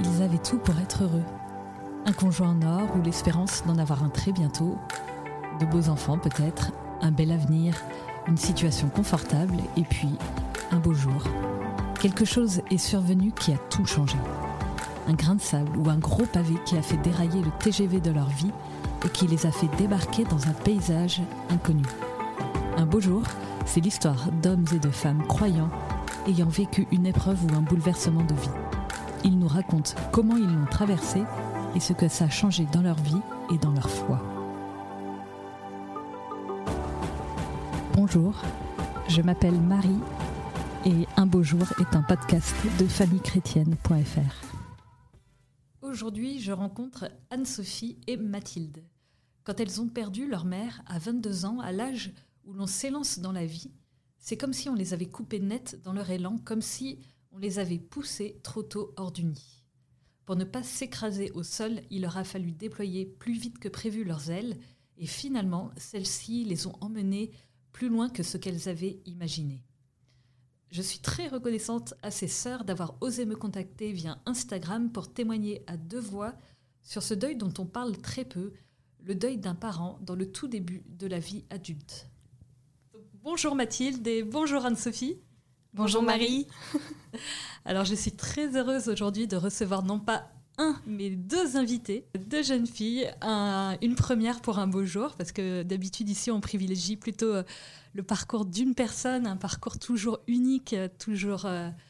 ils avaient tout pour être heureux. Un conjoint en or ou l'espérance d'en avoir un très bientôt, de beaux enfants peut-être, un bel avenir, une situation confortable et puis un beau jour. Quelque chose est survenu qui a tout changé. Un grain de sable ou un gros pavé qui a fait dérailler le TGV de leur vie et qui les a fait débarquer dans un paysage inconnu. Un beau jour, c'est l'histoire d'hommes et de femmes croyants ayant vécu une épreuve ou un bouleversement de vie. Ils nous racontent comment ils l'ont traversé et ce que ça a changé dans leur vie et dans leur foi. Bonjour, je m'appelle Marie et Un beau jour est un podcast de famillechrétienne.fr. Aujourd'hui, je rencontre Anne-Sophie et Mathilde. Quand elles ont perdu leur mère à 22 ans, à l'âge où l'on s'élance dans la vie, c'est comme si on les avait coupées net dans leur élan, comme si on les avait poussées trop tôt hors du nid. Pour ne pas s'écraser au sol, il leur a fallu déployer plus vite que prévu leurs ailes, et finalement, celles-ci les ont emmenées plus loin que ce qu'elles avaient imaginé. Je suis très reconnaissante à ces sœurs d'avoir osé me contacter via Instagram pour témoigner à deux voix sur ce deuil dont on parle très peu, le deuil d'un parent dans le tout début de la vie adulte. Donc, bonjour Mathilde et bonjour Anne-Sophie. Bonjour Marie. Alors je suis très heureuse aujourd'hui de recevoir non pas un, mais deux invités, deux jeunes filles, une première pour un beau jour, parce que d'habitude ici on privilégie plutôt le parcours d'une personne, un parcours toujours unique, toujours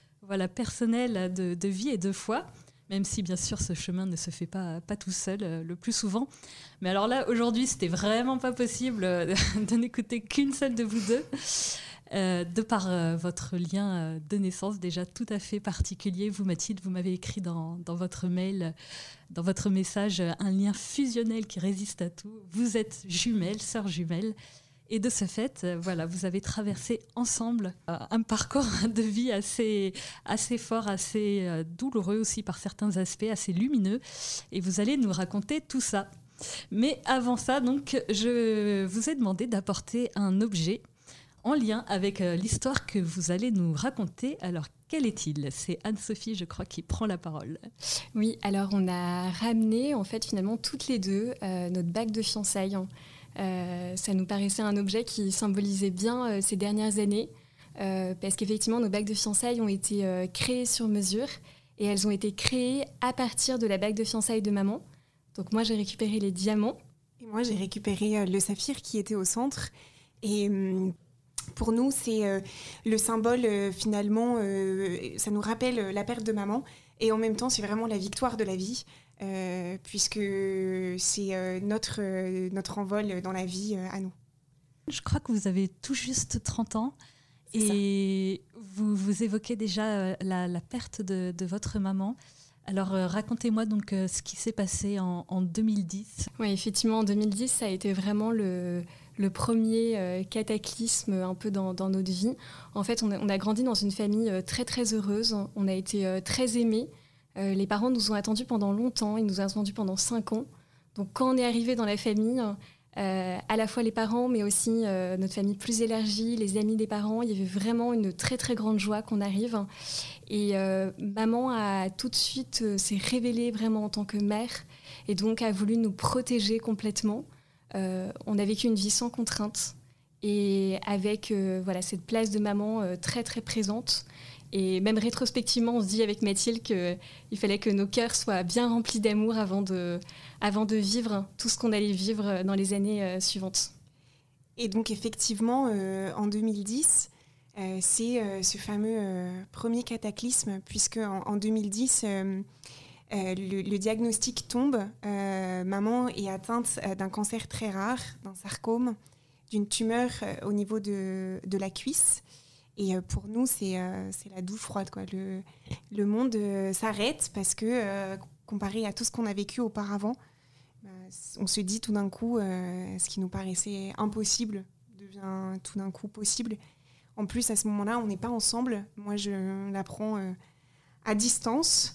personnel de vie et de foi, même si bien sûr ce chemin ne se fait pas tout seul le plus souvent. Mais alors là aujourd'hui c'était vraiment pas possible de n'écouter qu'une seule de vous deux. De par votre lien de naissance déjà tout à fait particulier. Vous, Mathilde, vous m'avez écrit dans votre mail, dans votre message, un lien fusionnel qui résiste à tout. Vous êtes jumelles, sœurs jumelles. Et de ce fait, vous avez traversé ensemble un parcours de vie assez fort, assez douloureux aussi par certains aspects, assez lumineux. Et vous allez nous raconter tout ça. Mais avant ça, donc, je vous ai demandé d'apporter un objet en lien avec l'histoire que vous allez nous raconter. Alors, quel est-il ? C'est Anne-Sophie, je crois, qui prend la parole. Oui, alors on a ramené, en fait, finalement, toutes les deux, notre bague de fiançailles. Ça nous paraissait un objet qui symbolisait bien ces dernières années, parce qu'effectivement, nos bagues de fiançailles ont été créées sur mesure, et elles ont été créées à partir de la bague de fiançailles de maman. Donc moi, j'ai récupéré les diamants. Et moi, j'ai récupéré le saphir qui était au centre. Et pour nous, c'est le symbole, finalement, ça nous rappelle la perte de maman. Et en même temps, c'est vraiment la victoire de la vie, puisque c'est notre envol dans la vie à nous. Je crois que vous avez tout juste 30 ans. Et vous évoquez déjà la perte de votre maman. Alors, racontez-moi donc ce qui s'est passé en 2010. Oui, effectivement, en 2010, ça a été vraiment le premier cataclysme un peu dans notre vie. En fait, on a grandi dans une famille très, très heureuse. On a été très aimés. Les parents nous ont attendus pendant longtemps. Ils nous ont attendus pendant 5 ans. Donc, quand on est arrivé dans la famille, à la fois les parents, mais aussi notre famille plus élargie, les amis des parents, il y avait vraiment une très, très grande joie qu'on arrive. Et maman a tout de suite s'est révélée vraiment en tant que mère et donc a voulu nous protéger complètement. On a vécu une vie sans contrainte et avec cette place de maman très très présente. Et même rétrospectivement, on se dit avec Mathilde qu'il fallait que nos cœurs soient bien remplis d'amour avant de vivre tout ce qu'on allait vivre dans les années suivantes. Et donc effectivement, en 2010, c'est ce fameux premier cataclysme, puisque en 2010, le diagnostic tombe. Maman est atteinte d'un cancer très rare, d'un sarcome, d'une tumeur au niveau de la cuisse. Et pour nous, c'est la douche froide, quoi. Le monde s'arrête parce que, comparé à tout ce qu'on a vécu auparavant, on se dit tout d'un coup, ce qui nous paraissait impossible devient tout d'un coup possible. En plus, à ce moment-là, on n'est pas ensemble. Moi, je l'apprends à distance.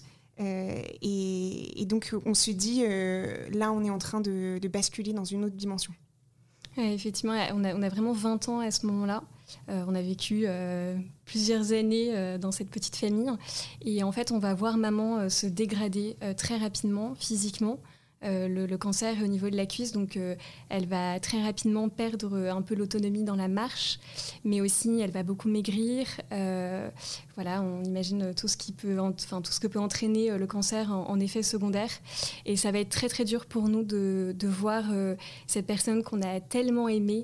Et donc, on se dit, là, on est en train de basculer dans une autre dimension. Effectivement, on a vraiment 20 ans à ce moment-là. On a vécu plusieurs années dans cette petite famille. Et en fait, on va voir maman se dégrader très rapidement, physiquement. Le cancer est au niveau de la cuisse, donc elle va très rapidement perdre un peu l'autonomie dans la marche, mais aussi elle va beaucoup maigrir. Voilà, on imagine tout ce que peut entraîner le cancer en effet secondaire. Et ça va être très très dur pour nous de voir cette personne qu'on a tellement aimée,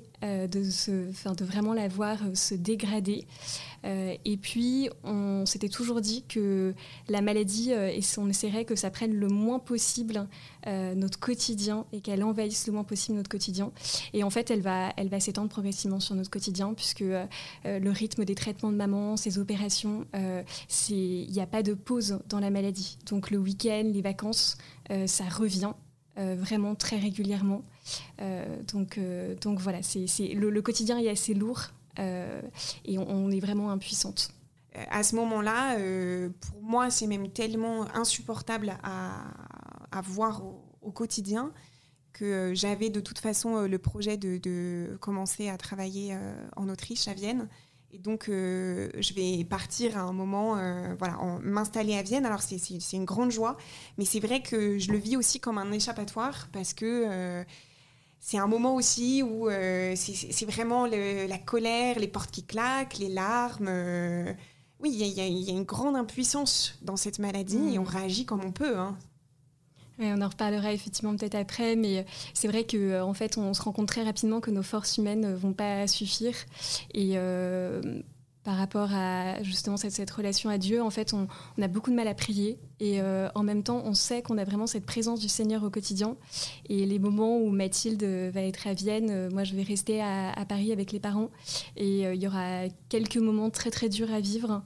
de vraiment la voir se dégrader. Et puis, on s'était toujours dit que la maladie, on essaierait que ça prenne le moins possible notre quotidien et qu'elle envahisse le moins possible notre quotidien. Et en fait, elle va s'étendre progressivement sur notre quotidien puisque le rythme des traitements de maman, ses opérations, il n'y a pas de pause dans la maladie. Donc le week-end, les vacances, ça revient vraiment très régulièrement. Donc voilà, le quotidien est assez lourd. Et on est vraiment impuissante. À ce moment-là, pour moi, c'est même tellement insupportable à voir au quotidien que j'avais de toute façon le projet de commencer à travailler en Autriche, à Vienne. Et donc, je vais partir à un moment, m'installer à Vienne. Alors, c'est une grande joie, mais c'est vrai que je le vis aussi comme un échappatoire parce que... c'est un moment aussi où c'est vraiment la colère, les portes qui claquent, les larmes. Oui, il y a une grande impuissance dans cette maladie et on réagit comme on peut. Hein. Ouais, on en reparlera effectivement peut-être après, mais c'est vrai qu'en fait, on se rend compte très rapidement que nos forces humaines ne vont pas suffire. Et par rapport à justement cette relation à Dieu, en fait, on a beaucoup de mal à prier. Et en même temps, on sait qu'on a vraiment cette présence du Seigneur au quotidien. Et les moments où Mathilde va être à Vienne, moi, je vais rester à Paris avec les parents. Et il y aura quelques moments très, très durs à vivre.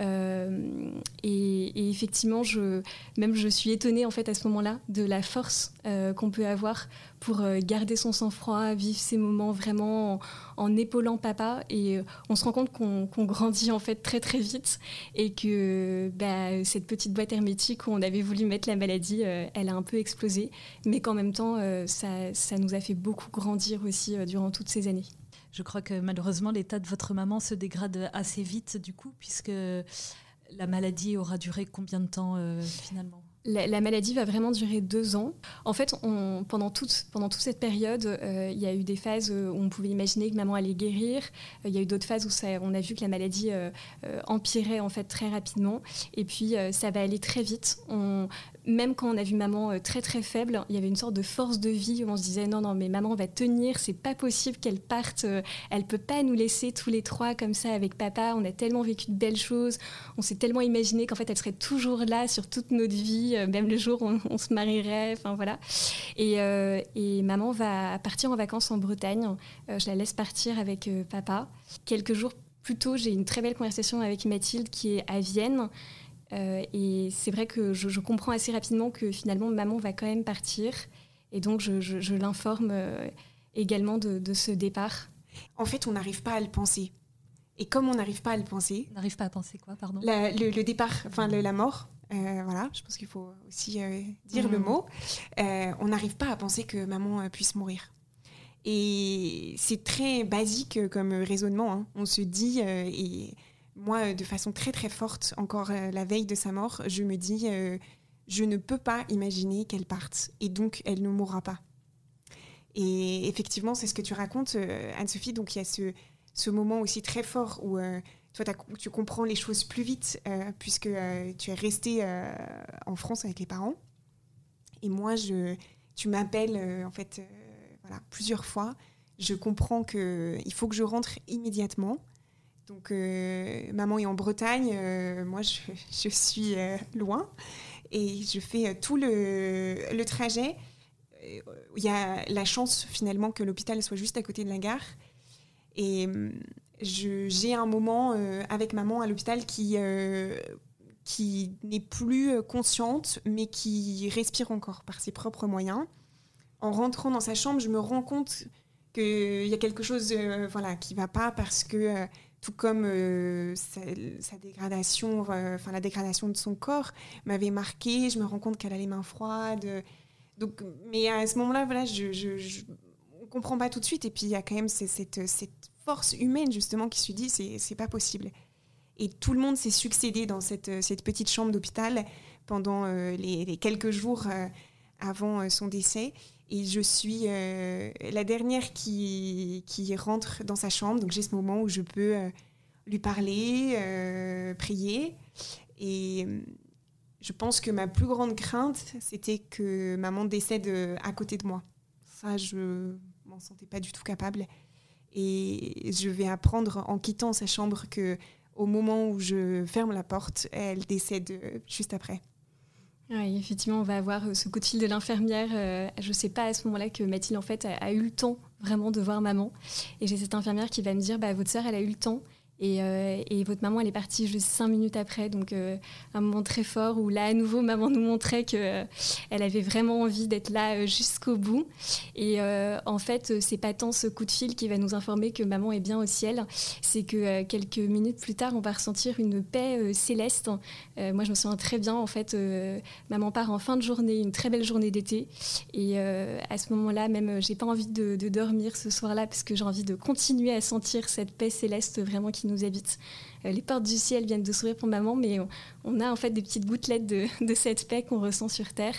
Et effectivement, je suis étonnée en fait à ce moment-là de la force qu'on peut avoir pour garder son sang-froid, vivre ces moments vraiment en épaulant papa. Et on se rend compte qu'on grandit en fait très très vite et que cette petite boîte hermétique où on avait voulu mettre la maladie, elle a un peu explosé, mais qu'en même temps, ça nous a fait beaucoup grandir aussi durant toutes ces années. Je crois que malheureusement, l'état de votre maman se dégrade assez vite du coup, puisque la maladie aura duré combien de temps finalement ? La maladie va vraiment durer 2 ans. En fait, pendant toute cette période, il y a eu des phases où on pouvait imaginer que maman allait guérir. Il y a eu d'autres phases où on a vu que la maladie empirait en fait très rapidement. Et puis, ça va aller très vite. Même quand on a vu maman très très faible, il y avait une sorte de force de vie où on se disait non mais maman va tenir, c'est pas possible qu'elle parte, elle peut pas nous laisser tous les 3 comme ça avec papa, on a tellement vécu de belles choses, on s'est tellement imaginé qu'en fait elle serait toujours là sur toute notre vie, même le jour où on se marierait, enfin voilà. Et maman va partir en vacances en Bretagne, je la laisse partir avec papa. Quelques jours plus tôt, j'ai une très belle conversation avec Mathilde qui est à Vienne. Et c'est vrai que je comprends assez rapidement que finalement maman va quand même partir et donc je l'informe également de ce départ. En fait, on n'arrive pas à le penser. Et comme on n'arrive pas à le penser... On n'arrive pas à penser quoi, pardon ? Le départ, enfin la mort, voilà, je pense qu'il faut aussi dire le mot. On n'arrive pas à penser que maman puisse mourir. Et c'est très basique comme raisonnement. Hein. On se dit... Moi, de façon très très forte, encore la veille de sa mort, je me dis, je ne peux pas imaginer qu'elle parte, et donc elle ne mourra pas. Et effectivement, c'est ce que tu racontes, Anne-Sophie, donc il y a ce moment aussi très fort où toi, tu comprends les choses plus vite, puisque tu es restée en France avec les parents. Et moi, tu m'appelles en fait, plusieurs fois. Je comprends qu'il faut que je rentre immédiatement. Donc, maman est en Bretagne, moi je suis loin et je fais tout le trajet. Il y a la chance finalement que l'hôpital soit juste à côté de la gare. Et j'ai un moment avec maman à l'hôpital qui n'est plus consciente, mais qui respire encore par ses propres moyens. En rentrant dans sa chambre, je me rends compte qu'il y a quelque chose qui ne va pas parce que... tout comme sa dégradation, la dégradation de son corps m'avait marquée. Je me rends compte qu'elle a les mains froides. Donc, mais à ce moment-là, on ne comprend pas tout de suite. Et puis, il y a quand même cette force humaine justement qui se dit c'est pas possible. Et tout le monde s'est succédé dans cette petite chambre d'hôpital pendant les quelques jours avant son décès. Et je suis la dernière qui rentre dans sa chambre. Donc j'ai ce moment où je peux lui parler, prier. Et je pense que ma plus grande crainte, c'était que maman décède à côté de moi. Ça, je m'en sentais pas du tout capable. Et je vais apprendre en quittant sa chambre qu'au moment où je ferme la porte, elle décède juste après. Oui, effectivement, on va avoir ce coup de fil de l'infirmière. Je ne sais pas à ce moment-là que Mathilde en fait, a eu le temps vraiment de voir maman. Et j'ai cette infirmière qui va me dire votre sœur, elle a eu le temps. Et votre maman, elle est partie juste 5 minutes après. Donc, un moment très fort où là, à nouveau, maman nous montrait qu'elle avait vraiment envie d'être là jusqu'au bout. Et en fait, c'est pas tant ce coup de fil qui va nous informer que maman est bien au ciel. C'est que quelques minutes plus tard, on va ressentir une paix céleste. Moi, je me souviens très bien. En fait, maman part en fin de journée, une très belle journée d'été. Et à ce moment-là, même, j'ai pas envie de dormir ce soir-là parce que j'ai envie de continuer à sentir cette paix céleste vraiment qui nous habite. Les portes du ciel viennent de s'ouvrir pour maman, mais on a en fait des petites gouttelettes de cette paix qu'on ressent sur Terre.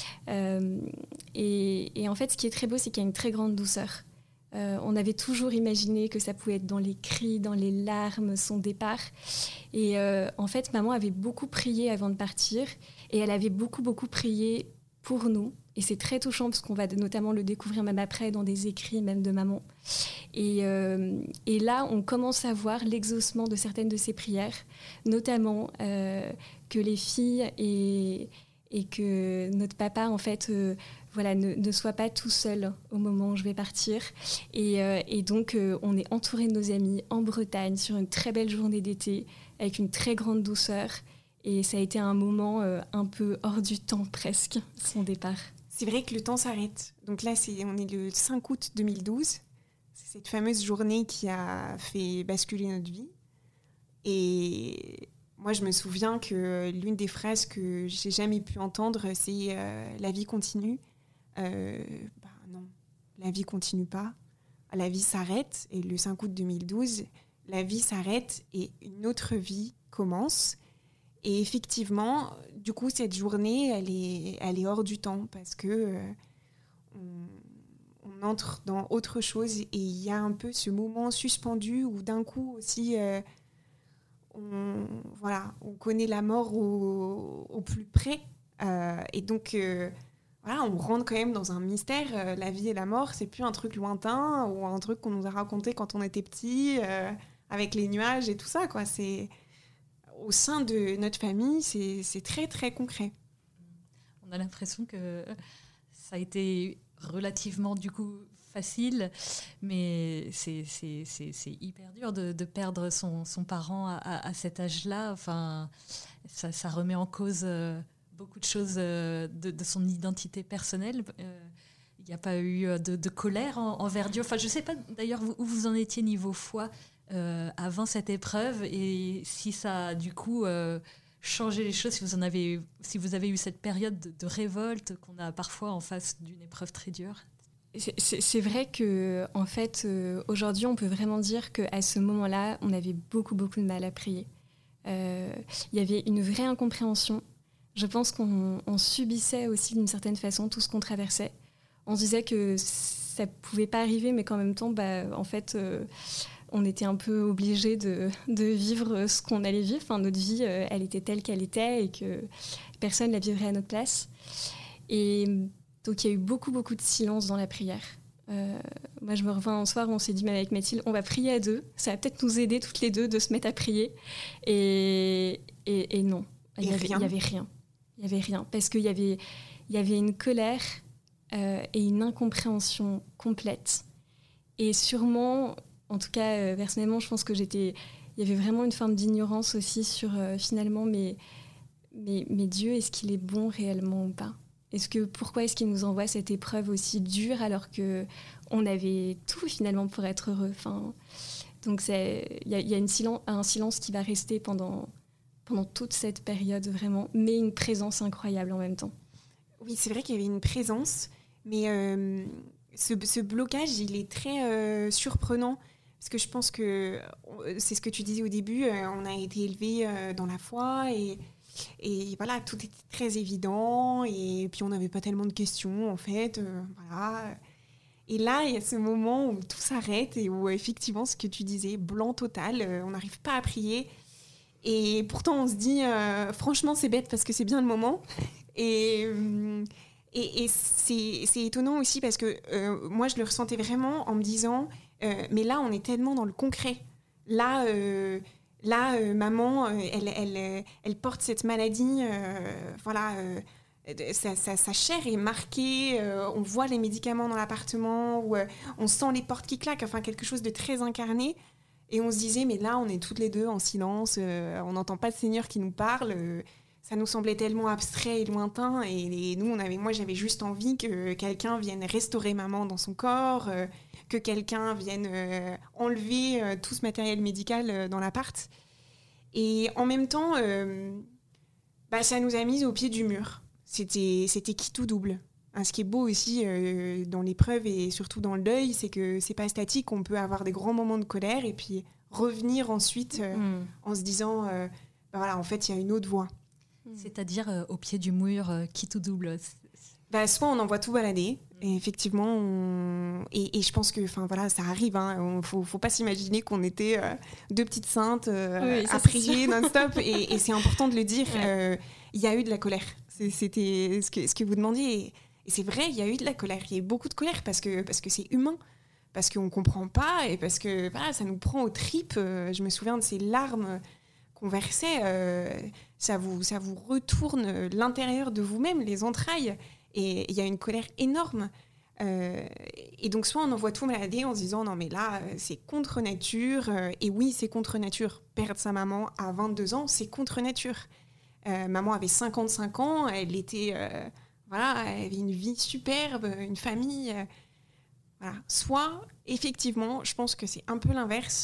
Et en fait, ce qui est très beau, c'est qu'il y a une très grande douceur. On avait toujours imaginé que ça pouvait être dans les cris, dans les larmes, son départ. Et en fait, maman avait beaucoup prié avant de partir, et elle avait beaucoup, beaucoup prié pour nous. Et c'est très touchant parce qu'on va notamment le découvrir même après dans des écrits même de maman. Et là, on commence à voir l'exaucement de certaines de ses prières, notamment que les filles et que notre papa, en fait, ne soit pas tout seul au moment où je vais partir. Et donc, on est entouré de nos amis en Bretagne sur une très belle journée d'été avec une très grande douceur. Et ça a été un moment un peu hors du temps presque, son départ. C'est vrai que le temps s'arrête. Donc là, on est le 5 août 2012. C'est cette fameuse journée qui a fait basculer notre vie. Et moi, je me souviens que l'une des phrases que j'ai jamais pu entendre, c'est « la vie continue ». Non, la vie continue pas. La vie s'arrête. Et le 5 août 2012, la vie s'arrête et une autre vie commence. Et effectivement, du coup, cette journée, elle est hors du temps parce que on entre dans autre chose et il y a un peu ce moment suspendu où d'un coup aussi, on connaît la mort au plus près. Et donc, on rentre quand même dans un mystère. La vie et la mort, c'est plus un truc lointain ou un truc qu'on nous a raconté quand on était petit, avec les nuages et tout ça, quoi. Au sein de notre famille, c'est très, très concret. On a l'impression que ça a été relativement, du coup, facile, mais c'est hyper dur de perdre son parent à cet âge-là. Enfin, ça remet en cause beaucoup de choses de son identité personnelle. Il n'y a pas eu de colère envers Dieu. Enfin, je ne sais pas, d'ailleurs, où vous en étiez niveau foi avant cette épreuve et si ça a du coup changé les choses, si vous avez eu cette période de révolte qu'on a parfois en face d'une épreuve très dure. C'est vrai que en fait, aujourd'hui, on peut vraiment dire qu'à ce moment-là, on avait beaucoup, beaucoup de mal à prier. Il y avait une vraie incompréhension. Je pense qu'on subissait aussi d'une certaine façon tout ce qu'on traversait. On se disait que ça pouvait pas arriver, mais qu'en même temps, en fait, on était un peu obligés de vivre ce qu'on allait vivre. Enfin, notre vie, elle était telle qu'elle était et que personne ne la vivrait à notre place. Et donc, il y a eu beaucoup, beaucoup de silence dans la prière. Moi, je me reviens un soir où on s'est dit, même avec Mathilde, on va prier à deux. Ça va peut-être nous aider toutes les deux de se mettre à prier. Et non, il n'y avait rien. Il n'y avait rien. Parce qu'il y avait une colère et une incompréhension complète. Et sûrement, en tout cas, personnellement, je pense que il y avait vraiment une forme d'ignorance aussi sur finalement, mais Dieu, est-ce qu'il est bon réellement ou pas ? Pourquoi est-ce qu'il nous envoie cette épreuve aussi dure alors qu'on avait tout finalement pour être heureux ? Enfin, donc il y a un silence qui va rester pendant toute cette période vraiment, mais une présence incroyable en même temps. Oui, c'est vrai qu'il y avait une présence, mais ce blocage, il est très surprenant parce que je pense que c'est ce que tu disais au début, on a été élevés dans la foi et voilà, tout était très évident et puis on n'avait pas tellement de questions en fait. Voilà. Et là, il y a ce moment où tout s'arrête et où effectivement, ce que tu disais, blanc total, on n'arrive pas à prier. Et pourtant, on se dit, franchement, c'est bête parce que c'est bien le moment. Et c'est étonnant aussi parce que moi, je le ressentais vraiment en me disant, mais là, on est tellement dans le concret. Là, maman, elle porte cette maladie, voilà. Sa chair est marquée, on voit les médicaments dans l'appartement, ou on sent les portes qui claquent, enfin quelque chose de très incarné. Et on se disait, mais là, on est toutes les deux en silence, on n'entend pas le Seigneur qui nous parle. Ça nous semblait tellement abstrait et lointain. Et nous, moi, j'avais juste envie que quelqu'un vienne restaurer maman dans son corps, que quelqu'un vienne enlever tout ce matériel médical dans l'appart. Et en même temps, ça nous a mis au pied du mur. C'était qui tout double. Ce qui est beau aussi dans l'épreuve et surtout dans le deuil, c'est que c'est pas statique. On peut avoir des grands moments de colère et puis revenir ensuite en se disant, voilà, en fait, il y a une autre voie. C'est-à-dire au pied du mur, qui tout double. Soit on envoie tout balader, et effectivement, et je pense que, voilà, ça arrive. Faut pas s'imaginer qu'on était deux petites saintes à prier non-stop, et c'est important de le dire. Il y a eu de la colère. C'était ce que vous demandiez. Et c'est vrai, il y a eu de la colère. Il y a eu beaucoup de colère parce que c'est humain. Parce qu'on ne comprend pas et parce que voilà, ça nous prend aux tripes. Je me souviens de ces larmes qu'on versait. Ça vous retourne l'intérieur de vous-même, les entrailles. Et il y a une colère énorme. Et donc, soit on envoie tout malader en se disant non, mais là, c'est contre nature. Et oui, c'est contre nature. Perdre sa maman à 22 ans, c'est contre nature. Maman avait 55 ans, elle était, voilà, elle avait une vie superbe, une famille. Voilà. Soit, effectivement, je pense que c'est un peu l'inverse.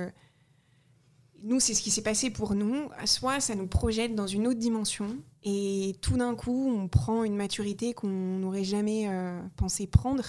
Nous, c'est ce qui s'est passé pour nous. Soit ça nous projette dans une autre dimension et tout d'un coup, on prend une maturité qu'on n'aurait jamais pensé prendre.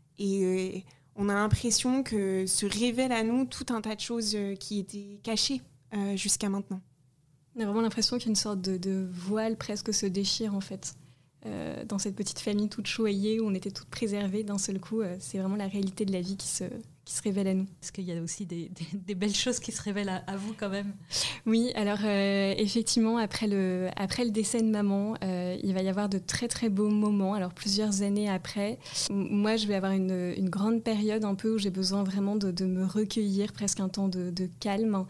Et on a l'impression que se révèle à nous tout un tas de choses qui étaient cachées jusqu'à maintenant. On a vraiment l'impression qu'une sorte de voile presque se déchire en fait. Dans cette petite famille toute choyée où on était toutes préservées d'un seul coup, c'est vraiment la réalité de la vie qui se révèle à nous. Est-ce qu'il y a aussi des belles choses qui se révèlent à vous quand même? Oui, alors effectivement, après le décès de maman, il va y avoir de très très beaux moments. Alors plusieurs années après, moi je vais avoir une grande période un peu où j'ai besoin vraiment de me recueillir, presque un temps de calme.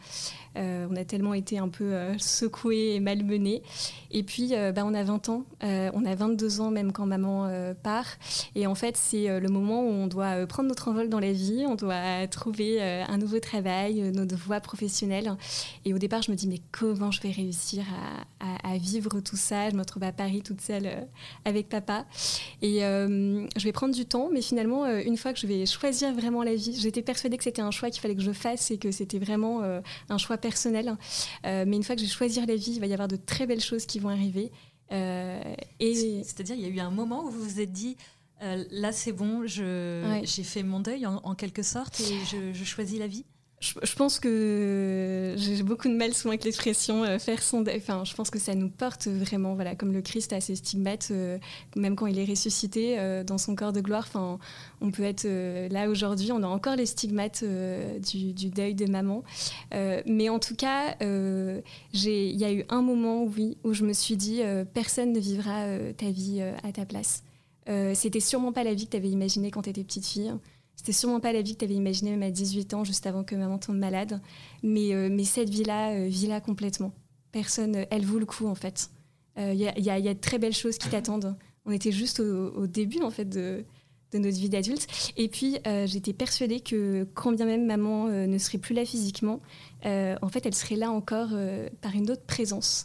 On a tellement été un peu secoués et malmenés. Et puis, on a 20 ans, on a 22 ans même quand maman part. Et en fait, c'est le moment où on doit prendre notre envol dans la vie, on doit trouver un nouveau travail, notre voie professionnelle. Et au départ, je me dis, mais comment je vais réussir à vivre tout ça? Je me retrouve à Paris toute seule avec papa. Et je vais prendre du temps, mais finalement, une fois que je vais choisir vraiment la vie, j'étais persuadée que c'était un choix qu'il fallait que je fasse et que c'était vraiment un choix personnel. Mais une fois que je vais choisir la vie, il va y avoir de très belles choses qui vont arriver. C'est-à-dire, il y a eu un moment où vous vous êtes dit, là c'est bon, j'ai fait mon deuil en quelque sorte et je choisis la vie. Je pense que j'ai beaucoup de mal souvent avec l'expression faire son deuil. Enfin, je pense que ça nous porte vraiment, voilà, comme le Christ a ses stigmates, même quand il est ressuscité dans son corps de gloire. Enfin, on peut être là aujourd'hui, on a encore les stigmates du deuil de maman. Mais en tout cas, il y a eu un moment, oui, où je me suis dit personne ne vivra ta vie à ta place. C'était sûrement pas la vie que tu avais imaginée quand tu étais petite fille. C'était sûrement pas la vie que tu avais imaginée même à 18 ans, juste avant que maman tombe malade. Mais cette vie-là, vis-la complètement. Personne, elle vaut le coup, en fait. Il y a de très belles choses qui t'attendent. On était juste au début, en fait, de notre vie d'adulte. Et puis, j'étais persuadée que quand bien même maman ne serait plus là physiquement, en fait, elle serait là encore par une autre présence.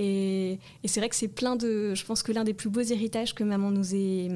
Et c'est vrai que c'est je pense que l'un des plus beaux héritages que maman nous ait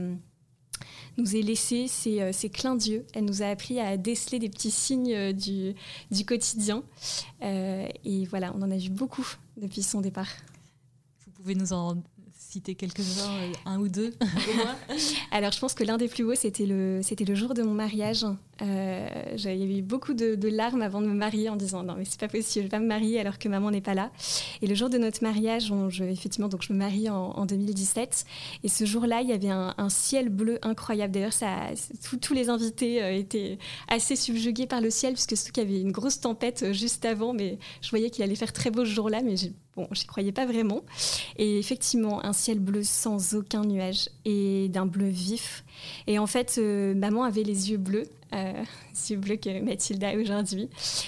laissé, c'est ses clins d'yeux. Elle nous a appris à déceler des petits signes du quotidien. Et voilà, on en a vu beaucoup depuis son départ. Vous pouvez nous en citer quelques-uns, un ou deux au moins? Alors, je pense que l'un des plus beaux, c'était le jour de mon mariage. Il y avait eu beaucoup de larmes avant de me marier en disant non, mais c'est pas possible, je vais pas me marier alors que maman n'est pas là. Et le jour de notre mariage, effectivement, donc je me marie en 2017. Et ce jour-là, il y avait un ciel bleu incroyable. D'ailleurs, tous les invités étaient assez subjugués par le ciel, puisque surtout qu'il y avait une grosse tempête juste avant. Mais je voyais qu'il allait faire très beau ce jour-là, mais j'y croyais pas vraiment. Et effectivement, un ciel bleu sans aucun nuage et d'un bleu vif. Et en fait, maman avait les yeux bleus que Mathilde a aujourd'hui.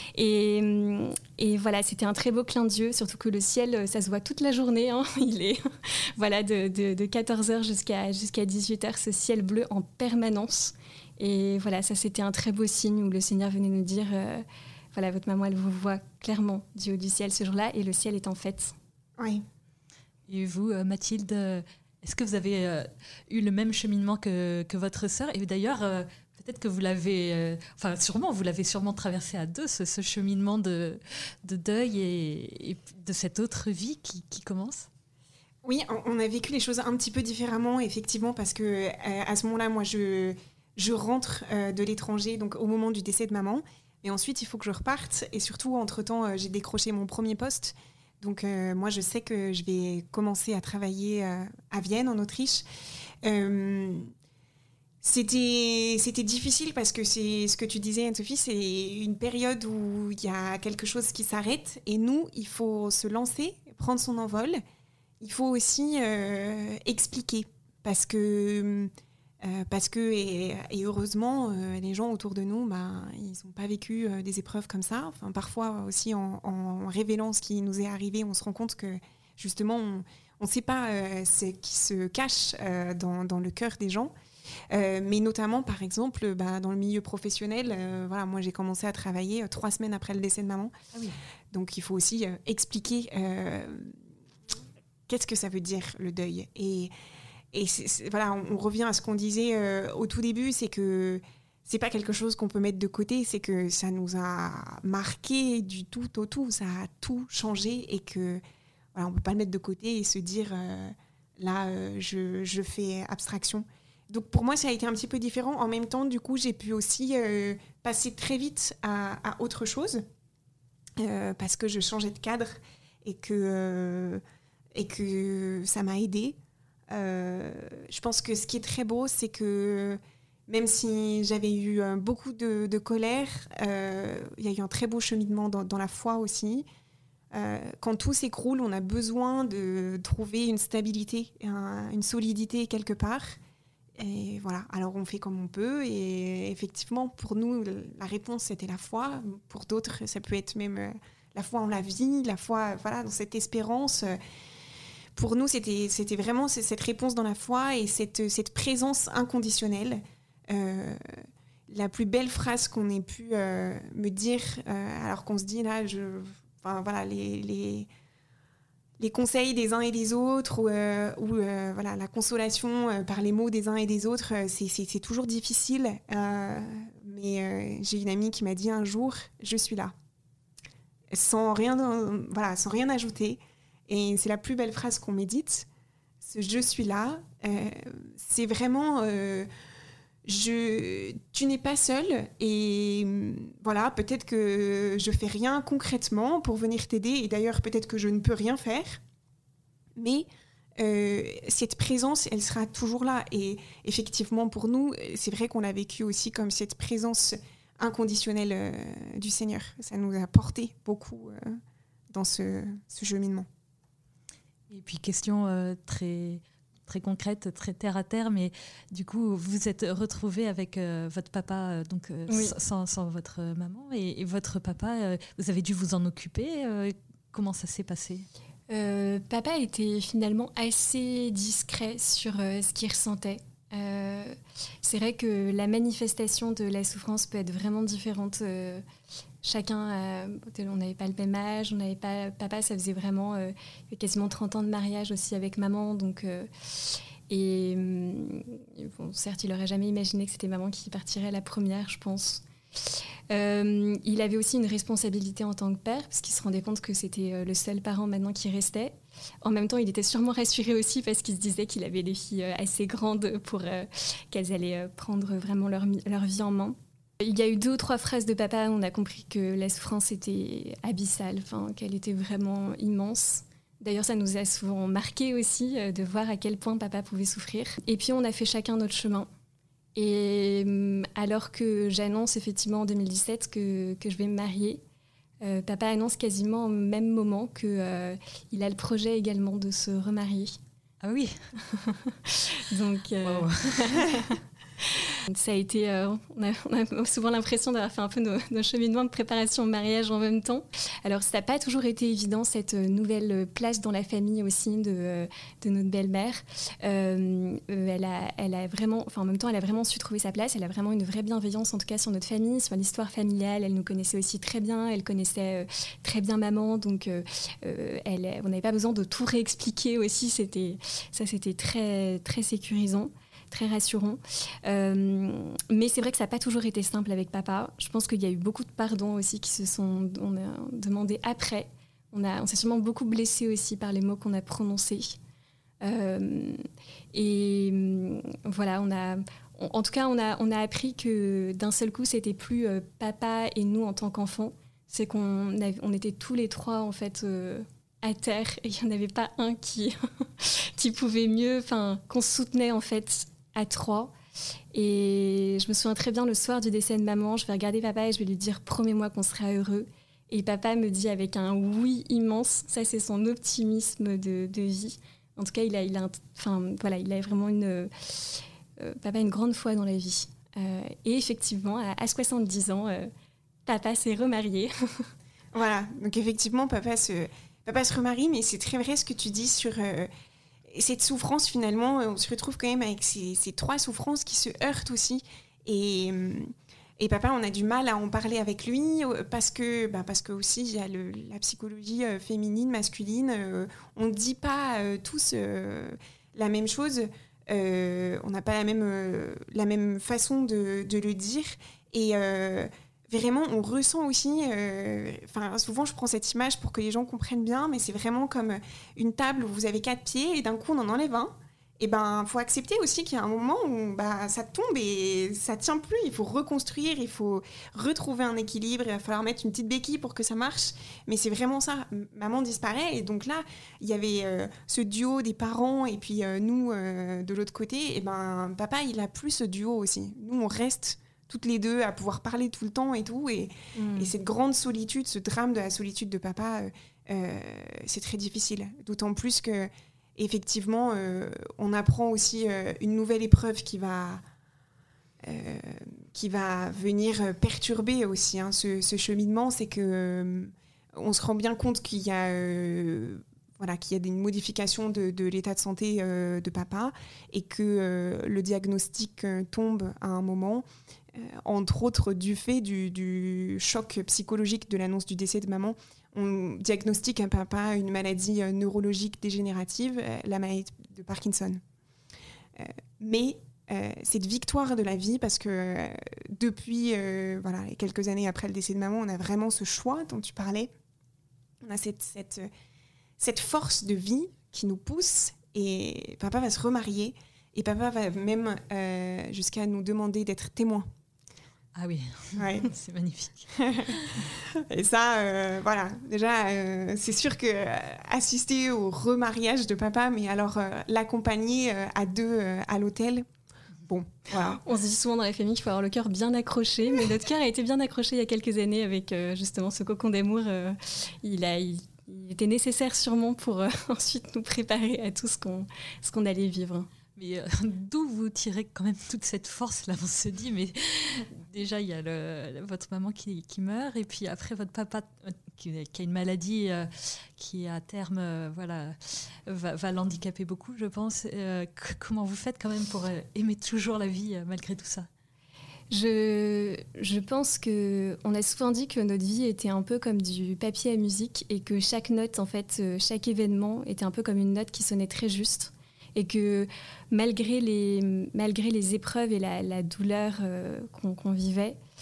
Et voilà, c'était un très beau clin d'yeux, surtout que le ciel, ça se voit toute la journée. Hein. Il est voilà, de 14h jusqu'à 18h, ce ciel bleu en permanence. Et voilà, ça, c'était un très beau signe où le Seigneur venait nous dire... Voilà, votre maman, elle vous voit clairement du haut du ciel ce jour-là, et le ciel est en fête. Oui. Et vous, Mathilde, est-ce que vous avez eu le même cheminement que votre sœur? Et d'ailleurs, peut-être que vous l'avez... vous l'avez sûrement traversé à deux, ce cheminement de deuil et de cette autre vie qui commence. Oui, on a vécu les choses un petit peu différemment, effectivement, parce que à ce moment-là, moi, je rentre de l'étranger, donc au moment du décès de maman. Et ensuite, il faut que je reparte. Et surtout, entre-temps, j'ai décroché mon premier poste. Donc, moi, je sais que je vais commencer à travailler à Vienne, en Autriche. C'était difficile parce que c'est ce que tu disais, Anne-Sophie, c'est une période où il y a quelque chose qui s'arrête. Et nous, il faut se lancer, prendre son envol. Il faut aussi expliquer. Parce que et heureusement, les gens autour de nous, ils n'ont pas vécu des épreuves comme ça. Enfin, parfois aussi, en révélant ce qui nous est arrivé, on se rend compte que justement, on ne sait pas ce qui se cache dans le cœur des gens. Mais notamment, par exemple, dans le milieu professionnel, moi, j'ai commencé à travailler 3 semaines après le décès de maman. Ah oui. Donc, il faut aussi expliquer qu'est-ce que ça veut dire, le deuil. Et voilà, on revient à ce qu'on disait au tout début, c'est que c'est pas quelque chose qu'on peut mettre de côté, c'est que ça nous a marqué du tout au tout, ça a tout changé et que voilà, on peut pas le mettre de côté et se dire je fais abstraction. Donc pour moi, ça a été un petit peu différent. En même temps, du coup, j'ai pu aussi passer très vite à autre chose parce que je changeais de cadre et que ça m'a aidée. Je pense que ce qui est très beau, c'est que même si j'avais eu beaucoup de colère, il y a eu un très beau cheminement dans la foi aussi. Quand tout s'écroule, on a besoin de trouver une stabilité, une solidité quelque part. Et voilà, alors on fait comme on peut. Et effectivement, pour nous, la réponse, c'était la foi. Pour d'autres, ça peut être même la foi en la vie, la foi dans cette espérance. Pour nous, c'était vraiment cette réponse dans la foi et cette présence inconditionnelle. La plus belle phrase qu'on ait pu me dire, alors qu'on se dit là, les conseils des uns et des autres ou la consolation par les mots des uns et des autres, c'est toujours difficile. Mais j'ai une amie qui m'a dit un jour, je suis là, sans rien ajouter. Et c'est la plus belle phrase qu'on médite. Ce « je suis là », c'est vraiment tu n'es pas seul. Et voilà, peut-être que je fais rien concrètement pour venir t'aider. Et d'ailleurs, peut-être que je ne peux rien faire. Mais cette présence, elle sera toujours là. Et effectivement, pour nous, c'est vrai qu'on l'a vécu aussi comme cette présence inconditionnelle du Seigneur. Ça nous a porté beaucoup dans ce cheminement. Et puis question très, très concrète, très terre à terre, mais du coup, vous vous êtes retrouvée avec votre papa, oui. sans votre maman, et votre papa, vous avez dû vous en occuper. Comment ça s'est passé ? Papa était finalement assez discret sur ce qu'il ressentait. C'est vrai que la manifestation de la souffrance peut être vraiment différente. Chacun, on n'avait pas le même âge, on n'avait pas... Papa, ça faisait vraiment quasiment 30 ans de mariage aussi avec maman. Donc, certes, il n'aurait jamais imaginé que c'était maman qui partirait la première, je pense. Il avait aussi une responsabilité en tant que père, parce qu'il se rendait compte que c'était le seul parent maintenant qui restait. En même temps, il était sûrement rassuré aussi parce qu'il se disait qu'il avait des filles assez grandes pour qu'elles allaient prendre vraiment leur vie en main. Il y a eu 2 ou 3 phrases de papa, on a compris que la souffrance était abyssale, qu'elle était vraiment immense. D'ailleurs, ça nous a souvent marqué aussi de voir à quel point papa pouvait souffrir. Et puis, on a fait chacun notre chemin. Et alors que j'annonce effectivement en 2017 que je vais me marier, papa annonce quasiment au même moment qu'il a le projet également de se remarier. Ah oui. Donc, wow. Ça a été, on a souvent l'impression d'avoir fait un peu nos cheminements de préparation au mariage en même temps. Alors, ça n'a pas toujours été évident, cette nouvelle place dans la famille aussi de notre belle-mère. Elle a vraiment, en même temps, elle a vraiment su trouver sa place. Elle a vraiment une vraie bienveillance, en tout cas, sur notre famille, sur l'histoire familiale. Elle nous connaissait aussi très bien. Elle connaissait très bien maman. Donc, on n'avait pas besoin de tout réexpliquer aussi. C'était très, très sécurisant. Très rassurant. Mais c'est vrai que ça n'a pas toujours été simple avec papa. Je pense qu'il y a eu beaucoup de pardons aussi qui se sont demandés après. On s'est sûrement beaucoup blessés aussi par les mots qu'on a prononcés. Et voilà, en tout cas, on a appris que d'un seul coup, c'était plus papa et nous en tant qu'enfants. C'est qu'on était tous les 3 en fait à terre et il n'y en avait pas un qui pouvait mieux, qu'on se soutenait en fait à 3. Et je me souviens très bien le soir du décès de maman, je vais regarder papa et je vais lui dire « Promets-moi qu'on sera heureux ». Et papa me dit avec un oui immense, ça c'est son optimisme de vie. En tout cas, il a vraiment papa une grande foi dans la vie. Et effectivement, à 70 ans, papa s'est remarié. Voilà, donc effectivement, papa se remarie, mais c'est très vrai ce que tu dis sur cette souffrance finalement. On se retrouve quand même avec ces 3 souffrances qui se heurtent aussi. Et papa, on a du mal à en parler avec lui parce que aussi il y a la psychologie féminine, masculine. On ne dit pas tous la même chose. On n'a pas la même façon de le dire. Et vraiment, on ressent aussi... souvent, je prends cette image pour que les gens comprennent bien, mais c'est vraiment comme une table où vous avez 4 pieds et d'un coup, on en enlève un. Et faut accepter aussi qu'il y a un moment où ça tombe et ça tient plus. Il faut reconstruire, il faut retrouver un équilibre. Il va falloir mettre une petite béquille pour que ça marche. Mais c'est vraiment ça. Maman disparaît et donc là, il y avait ce duo des parents et puis nous, de l'autre côté. Et papa, il a plus ce duo aussi. Nous, on reste toutes les 2 à pouvoir parler tout le temps et tout. Et cette grande solitude, ce drame de la solitude de papa, c'est très difficile. D'autant plus que effectivement, on apprend aussi une nouvelle épreuve qui va venir perturber aussi ce cheminement. C'est que on se rend bien compte qu'il y a une modification de l'état de santé de papa et que le diagnostic tombe à un moment, entre autres du fait du choc psychologique de l'annonce du décès de maman. On diagnostique à papa une maladie neurologique dégénérative, la maladie de Parkinson. Mais cette victoire de la vie, parce que depuis quelques années après le décès de maman, on a vraiment ce choix dont tu parlais. On a cette force de vie qui nous pousse et papa va se remarier et papa va même jusqu'à nous demander d'être témoin. Ah oui, ouais. C'est magnifique. Et ça, déjà, c'est sûr que assister au remariage de papa, mais alors l'accompagner à 2 à l'hôtel, bon, voilà. On se dit souvent dans la famille qu'il faut avoir le cœur bien accroché, mais notre cœur a été bien accroché il y a quelques années avec justement ce cocon d'amour. Il était nécessaire sûrement pour ensuite nous préparer à tout ce qu'on allait vivre. Mais d'où vous tirez quand même toute cette force là? On se dit, mais déjà il y a votre maman qui meurt et puis après votre papa qui a une maladie qui à terme va l'handicaper beaucoup, je pense. Comment vous faites quand même pour aimer toujours la vie malgré tout ça? Je pense qu'on a souvent dit que notre vie était un peu comme du papier à musique et que chaque note, en fait, chaque événement était un peu comme une note qui sonnait très juste. Et que malgré les épreuves et la douleur qu'on vivait,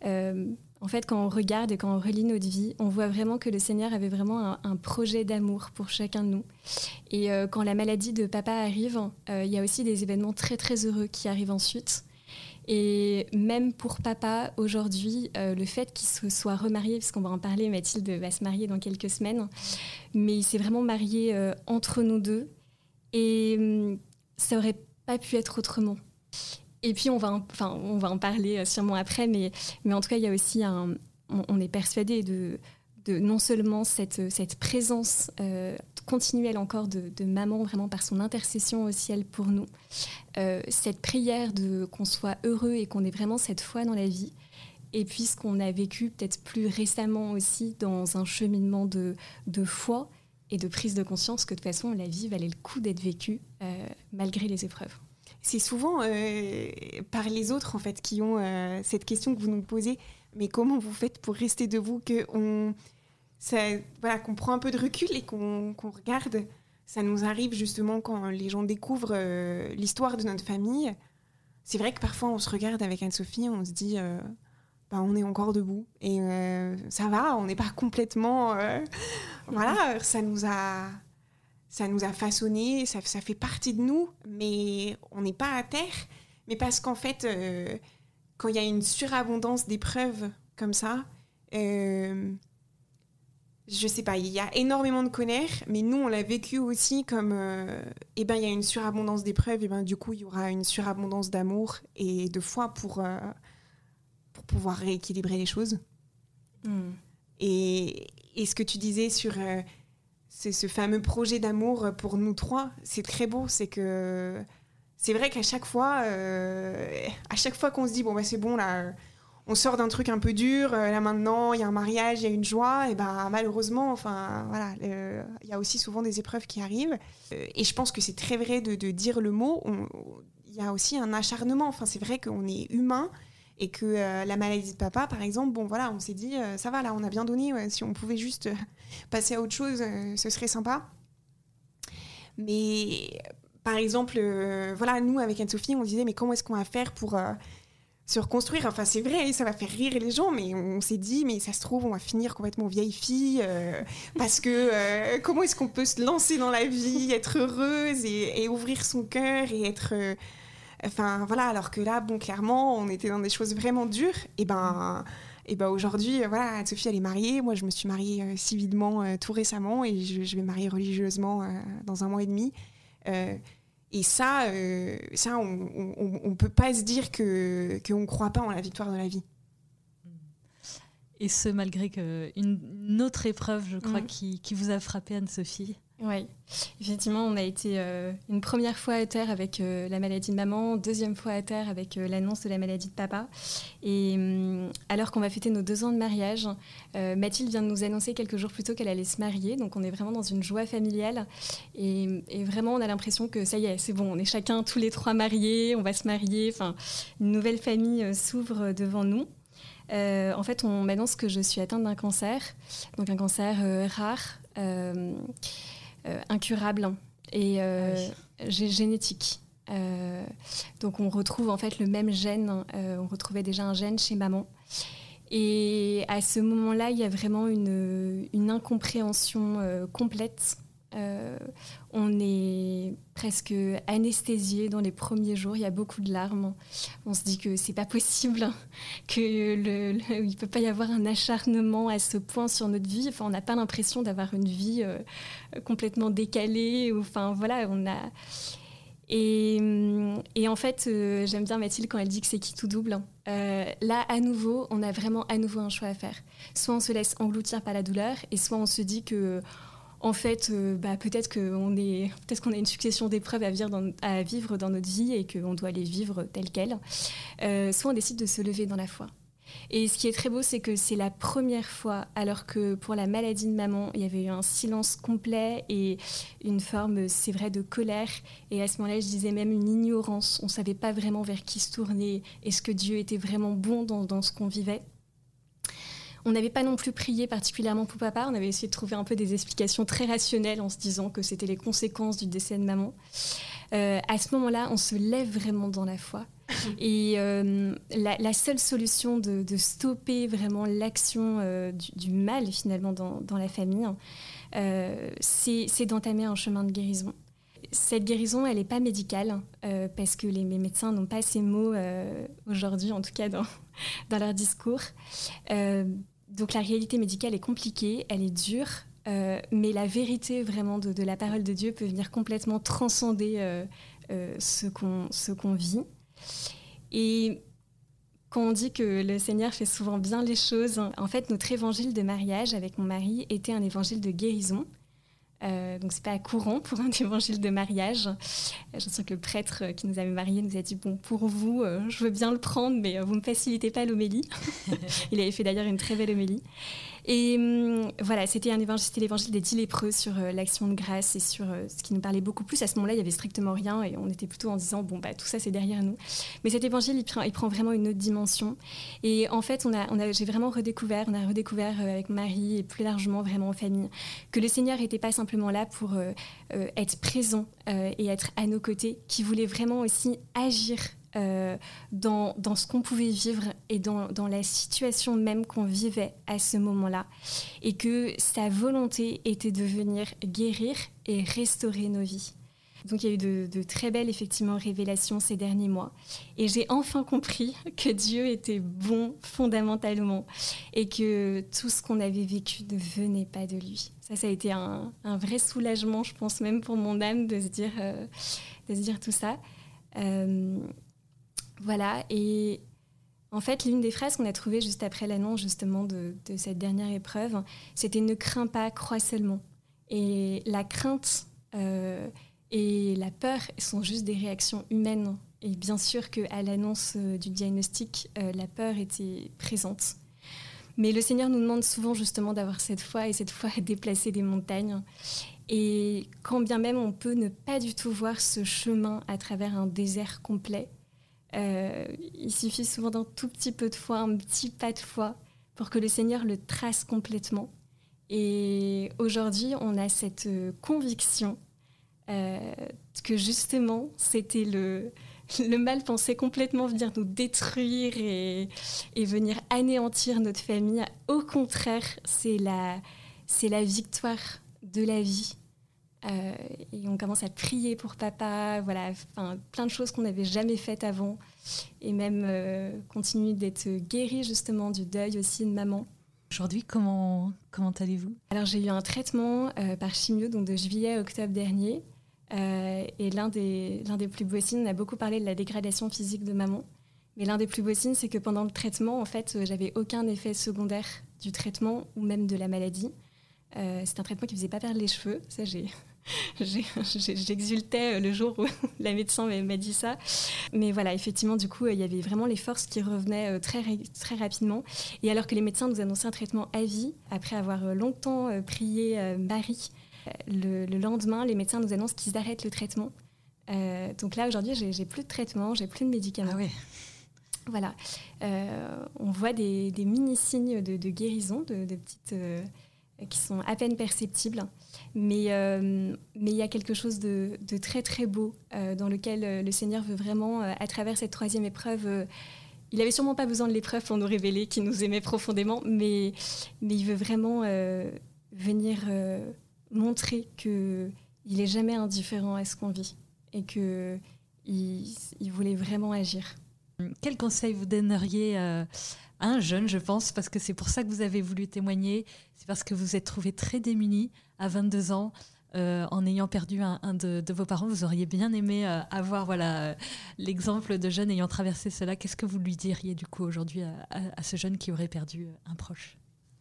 En fait, quand on regarde et quand on relit notre vie, on voit vraiment que le Seigneur avait vraiment un projet d'amour pour chacun de nous. Et quand la maladie de papa arrive, il y a aussi des événements très très heureux qui arrivent ensuite. Et même pour papa, aujourd'hui, le fait qu'il se soit remarié, parce qu'on va en parler, Mathilde va se marier dans quelques semaines, mais il s'est vraiment marié entre nous deux. Et ça n'aurait pas pu être autrement. Et puis, on va en parler sûrement après, mais en tout cas, il y a aussi on est persuadé de non seulement cette présence continuelle encore de maman, vraiment par son intercession au ciel pour nous, cette prière qu'on soit heureux et qu'on ait vraiment cette foi dans la vie, et puis ce qu'on a vécu peut-être plus récemment aussi dans un cheminement de foi et de prise de conscience que de toute façon, la vie valait le coup d'être vécue malgré les épreuves. C'est souvent par les autres en fait qui ont cette question que vous nous posez. Mais comment vous faites pour rester debout, qu'on prend un peu de recul et qu'on regarde. Ça nous arrive justement quand les gens découvrent l'histoire de notre famille. C'est vrai que parfois on se regarde avec Anne-Sophie, on se dit on est encore debout et ça va, on n'est pas complètement voilà, ça nous a façonné, ça fait partie de nous, mais on n'est pas à terre. Mais parce qu'en fait, quand il y a une surabondance d'épreuves comme ça, je sais pas, il y a énormément de colère, mais nous, on l'a vécu aussi comme, il y a une surabondance d'épreuves, et du coup, il y aura une surabondance d'amour et de foi pour pouvoir rééquilibrer les choses. Et ce que tu disais sur... ce fameux projet d'amour pour nous trois, c'est très beau. C'est que c'est vrai qu'à chaque fois qu'on se dit c'est bon là, on sort d'un truc un peu dur, là maintenant il y a un mariage, il y a une joie, et malheureusement, il y a aussi souvent des épreuves qui arrivent. Et je pense que c'est très vrai de dire le mot. Il y a aussi un acharnement. Enfin, c'est vrai qu'on est humain. Et que la maladie de papa, par exemple, on s'est dit, ça va, là, on a bien donné, si on pouvait juste passer à autre chose, ce serait sympa. Mais, par exemple, nous, avec Anne-Sophie, on disait, mais comment est-ce qu'on va faire pour se reconstruire ? Enfin, c'est vrai, ça va faire rire les gens, mais on s'est dit, mais ça se trouve, on va finir complètement vieille fille, parce que comment est-ce qu'on peut se lancer dans la vie, être heureuse et ouvrir son cœur et être... alors que là, clairement, on était dans des choses vraiment dures. Et aujourd'hui, Sophie, elle est mariée. Moi, je me suis mariée civilement tout récemment et je vais me marier religieusement dans 1 mois et demi. Et ça, on peut pas se dire qu'on croit pas en la victoire de la vie. Et ce, malgré une autre épreuve, je crois, qui vous a frappé, Anne-Sophie. Oui, effectivement, on a été une première fois à terre avec la maladie de maman, deuxième fois à terre avec l'annonce de la maladie de papa. Et alors qu'on va fêter nos 2 ans de mariage, Mathilde vient de nous annoncer quelques jours plus tôt qu'elle allait se marier. Donc on est vraiment dans une joie familiale. Et vraiment, on a l'impression que ça y est, c'est bon, on est chacun tous les 3 mariés, on va se marier. Enfin, une nouvelle famille s'ouvre devant nous. En fait, on m'annonce que je suis atteinte d'un cancer, donc un cancer rare. Incurable et génétique. Donc on retrouve en fait le même gène, on retrouvait déjà un gène chez maman. Et à ce moment-là, il y a vraiment une incompréhension complète. On est presque anesthésié dans les premiers jours, il y a beaucoup de larmes. On se dit que c'est pas possible, qu'il ne peut pas y avoir un acharnement à ce point sur notre vie. Enfin, on n'a pas l'impression d'avoir une vie complètement décalée. Et en fait, j'aime bien Mathilde quand elle dit que c'est qui tout double. Là, à nouveau, on a vraiment à nouveau un choix à faire. Soit on se laisse engloutir par la douleur, et soit on se dit que en fait, peut-être qu'on a une succession d'épreuves à vivre dans notre vie et qu'on doit les vivre telles quelles. Soit on décide de se lever dans la foi. Et ce qui est très beau, c'est que c'est la première fois, alors que pour la maladie de maman, il y avait eu un silence complet et une forme, c'est vrai, de colère. Et à ce moment-là, je disais même une ignorance. On ne savait pas vraiment vers qui se tourner. Est-ce que Dieu était vraiment bon dans ce qu'on vivait ? On n'avait pas non plus prié particulièrement pour papa. On avait essayé de trouver un peu des explications très rationnelles en se disant que c'était les conséquences du décès de maman. À ce moment-là, on se lève vraiment dans la foi. Et la seule solution de stopper vraiment l'action du mal finalement dans la famille, c'est d'entamer un chemin de guérison. Cette guérison, elle n'est pas médicale parce que les médecins n'ont pas ces mots aujourd'hui, en tout cas dans leur discours. Donc la réalité médicale est compliquée, elle est dure, mais la vérité vraiment de la parole de Dieu peut venir complètement transcender ce qu'on vit. Et quand on dit que le Seigneur fait souvent bien les choses, en fait, notre évangile de mariage avec mon mari était un évangile de guérison. Donc c'est pas courant pour un évangile de mariage. Je sens que le prêtre qui nous avait mariés nous a dit bon, pour vous, je veux bien le prendre, mais vous me facilitez pas l'homélie. Il avait fait d'ailleurs une très belle homélie. Et voilà, c'était l'évangile des 10 lépreux sur l'action de grâce et sur ce qui nous parlait beaucoup plus. À ce moment-là, il y avait strictement rien et on était plutôt en disant bon bah tout ça c'est derrière nous. Mais cet évangile, il prend vraiment une autre dimension. Et en fait, on a redécouvert avec Marie et plus largement vraiment en famille que le Seigneur n'était pas simplement là pour être présent et être à nos côtés, qu'il voulait vraiment aussi agir dans ce qu'on pouvait vivre et dans la situation même qu'on vivait à ce moment-là, et que sa volonté était de venir guérir et restaurer nos vies. Donc il y a eu de très belles effectivement révélations ces derniers mois, et j'ai enfin compris que Dieu était bon fondamentalement et que tout ce qu'on avait vécu ne venait pas de lui. Ça a été un vrai soulagement, je pense même pour mon âme, de se dire tout ça. Voilà, et en fait, l'une des phrases qu'on a trouvées juste après l'annonce justement de cette dernière épreuve, c'était « Ne crains pas, crois seulement ». Et la crainte et la peur sont juste des réactions humaines. Et bien sûr qu'à l'annonce du diagnostic, la peur était présente. Mais le Seigneur nous demande souvent justement d'avoir cette foi, et cette foi à déplacer des montagnes. Et quand bien même on peut ne pas du tout voir ce chemin à travers un désert complet, il suffit souvent d'un tout petit peu de foi, un petit pas de foi, pour que le Seigneur le trace complètement. Et aujourd'hui, on a cette conviction que justement, c'était le mal pensait complètement venir nous détruire et venir anéantir notre famille. Au contraire, c'est la victoire de la vie. Et on commence à prier pour papa, voilà, plein de choses qu'on n'avait jamais faites avant, et même continuer d'être guérie justement du deuil aussi de maman. Aujourd'hui, comment allez-vous ? Alors j'ai eu un traitement par chimio donc de juillet à octobre dernier, et l'un des plus beaux signes, on a beaucoup parlé de la dégradation physique de maman, mais l'un des plus beaux signes, c'est que pendant le traitement, en fait, j'avais aucun effet secondaire du traitement ou même de la maladie. C'est un traitement qui ne faisait pas perdre les cheveux, ça j'exultais le jour où la médecin m'a dit ça. Mais voilà, effectivement, du coup, il y avait vraiment les forces qui revenaient très, très rapidement. Et alors que les médecins nous annonçaient un traitement à vie, après avoir longtemps prié Marie, le lendemain, les médecins nous annoncent qu'ils arrêtent le traitement. Donc là, aujourd'hui, j'ai plus de traitement, j'ai plus de médicaments. Ah ouais. Voilà. On voit des mini-signes de guérison, de petites... qui sont à peine perceptibles. Mais il y a quelque chose de très, très beau dans lequel le Seigneur veut vraiment, à travers cette troisième épreuve, il n'avait sûrement pas besoin de l'épreuve pour nous révéler qu'il nous aimait profondément, mais il veut vraiment venir montrer qu'il n'est jamais indifférent à ce qu'on vit et qu'il voulait vraiment agir. Quel conseil vous donneriez à un jeune, je pense, parce que c'est pour ça que vous avez voulu témoigner, c'est parce que vous vous êtes trouvé très démunis à 22 ans, en ayant perdu un de vos parents. Vous auriez bien aimé avoir l'exemple de jeune ayant traversé cela. Qu'est-ce que vous lui diriez du coup aujourd'hui à ce jeune qui aurait perdu un proche ?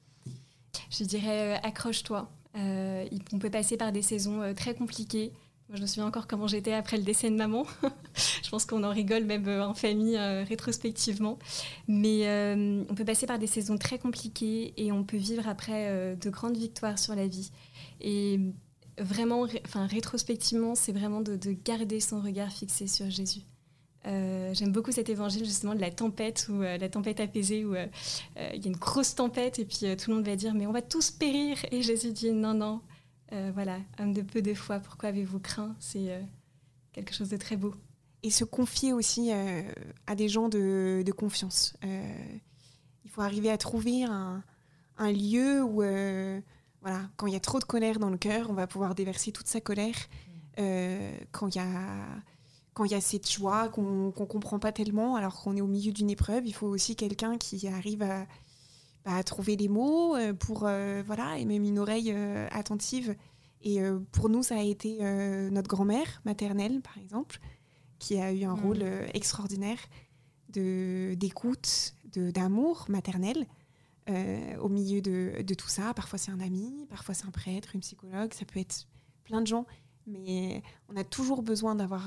Je dirais accroche-toi. On peut passer par des saisons très compliquées. Moi, je me souviens encore comment j'étais après le décès de maman. Je pense qu'on en rigole même en famille rétrospectivement. Mais on peut passer par des saisons très compliquées et on peut vivre après de grandes victoires sur la vie. Et vraiment, rétrospectivement, c'est vraiment de garder son regard fixé sur Jésus. J'aime beaucoup cet évangile justement de la tempête, la tempête apaisée, où il y a une grosse tempête et puis tout le monde va dire « mais on va tous périr ». Et Jésus dit « non, voilà, homme de peu de foi, pourquoi avez-vous craint ?» C'est quelque chose de très beau. et se confier aussi à des gens de confiance. Il faut arriver à trouver un lieu où, voilà, quand il y a trop de colère dans le cœur, on va pouvoir déverser toute sa colère. Quand il y a cette joie qu'on ne comprend pas tellement, alors qu'on est au milieu d'une épreuve, il faut aussi quelqu'un qui arrive à trouver les mots pour, voilà, et même une oreille attentive. Et pour nous, ça a été notre grand-mère maternelle, par exemple, qui a eu un rôle extraordinaire d'écoute, d'amour maternel au milieu de tout ça. Parfois, c'est un ami, parfois, c'est un prêtre, une psychologue, ça peut être plein de gens. Mais on a toujours besoin d'avoir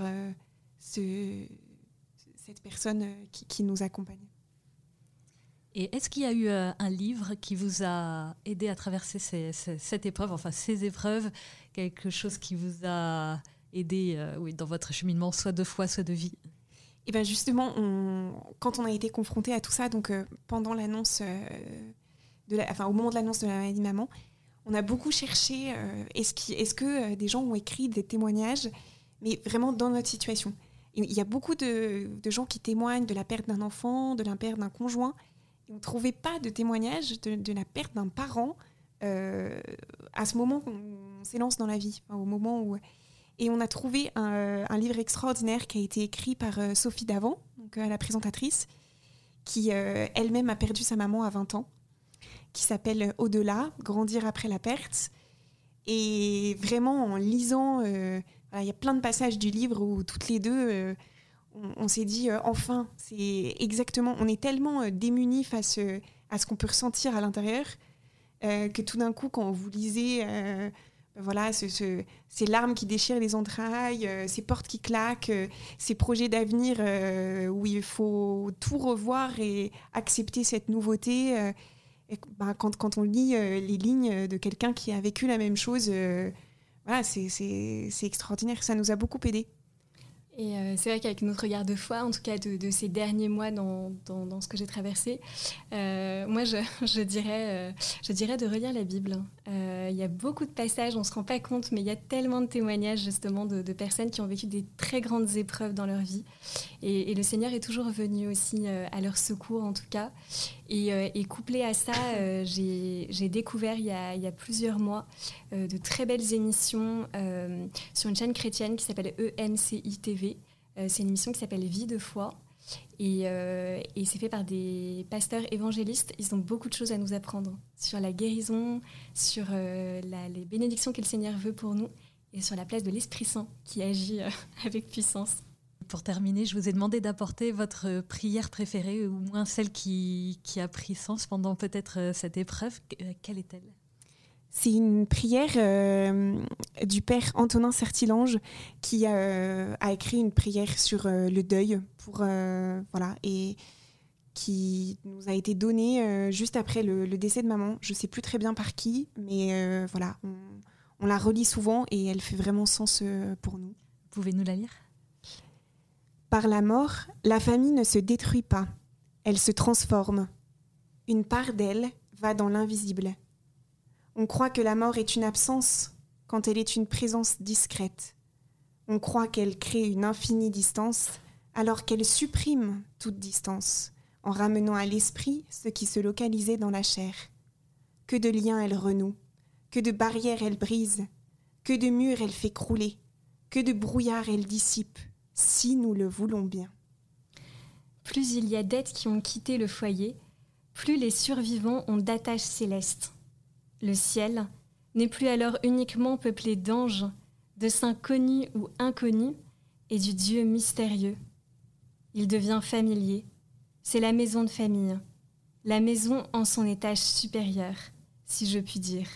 cette personne qui nous accompagne. Et est-ce qu'il y a eu un livre qui vous a aidé à traverser cette épreuve, enfin ces épreuves, quelque chose qui vous a aidé dans votre cheminement, soit de foi, soit de vie? Et bien justement, quand on a été confronté à tout ça, donc pendant l'annonce, au moment de l'annonce de la maladie de maman, on a beaucoup cherché est-ce que des gens ont écrit des témoignages, mais vraiment dans notre situation. Et il y a beaucoup de gens qui témoignent de la perte d'un enfant, de la perte d'un conjoint. Et on ne trouvait pas de témoignage de la perte d'un parent à ce moment qu'on s'élance dans la vie, au moment où... Et on a trouvé un livre extraordinaire qui a été écrit par Sophie Davant, donc, la présentatrice, qui elle-même a perdu sa maman à 20 ans, qui s'appelle Au-delà, grandir après la perte. Et vraiment, en lisant, il y a plein de passages du livre où toutes les deux... on s'est dit, enfin, c'est exactement... On est tellement démunis face à ce qu'on peut ressentir à l'intérieur que tout d'un coup, quand vous lisez voilà, ces larmes qui déchirent les entrailles, ces portes qui claquent, ces projets d'avenir où il faut tout revoir et accepter cette nouveauté. Quand on lit les lignes de quelqu'un qui a vécu la même chose, voilà, c'est extraordinaire. Ça nous a beaucoup aidés. Et c'est vrai qu'avec notre regard de foi, en tout cas de ces derniers mois dans ce que j'ai traversé, moi je dirais de relire la Bible. Il y a beaucoup de passages, on ne se rend pas compte, mais il y a tellement de témoignages justement de personnes qui ont vécu des très grandes épreuves dans leur vie. Et le Seigneur est toujours venu aussi à leur secours en tout cas. Et couplé à ça, j'ai découvert il y a plusieurs mois de très belles émissions sur une chaîne chrétienne qui s'appelle EMCI TV. C'est une émission qui s'appelle Vie de foi. Et c'est fait par des pasteurs évangélistes. Ils ont beaucoup de choses à nous apprendre sur la guérison, sur les bénédictions que le Seigneur veut pour nous et sur la place de l'Esprit Saint qui agit avec puissance. Pour terminer, je vous ai demandé d'apporter votre prière préférée, ou au moins celle qui a pris sens pendant peut-être cette épreuve. Quelle est-elle ? C'est une prière du père Antonin Sertilange qui a écrit une prière sur le deuil voilà, et qui nous a été donnée juste après le décès de maman. Je ne sais plus très bien par qui, mais voilà, on la relit souvent et elle fait vraiment sens pour nous. Vous pouvez nous la lire ? Par la mort, la famille ne se détruit pas, elle se transforme. Une part d'elle va dans l'invisible. On croit que la mort est une absence quand elle est une présence discrète. On croit qu'elle crée une infinie distance alors qu'elle supprime toute distance en ramenant à l'esprit ce qui se localisait dans la chair. Que de liens elle renoue, que de barrières elle brise, que de murs elle fait crouler, que de brouillards elle dissipe, si nous le voulons bien. Plus il y a d'êtres qui ont quitté le foyer, plus les survivants ont d'attaches célestes. Le ciel n'est plus alors uniquement peuplé d'anges, de saints connus ou inconnus, et du Dieu mystérieux. Il devient familier. C'est la maison de famille, la maison en son étage supérieur, si je puis dire.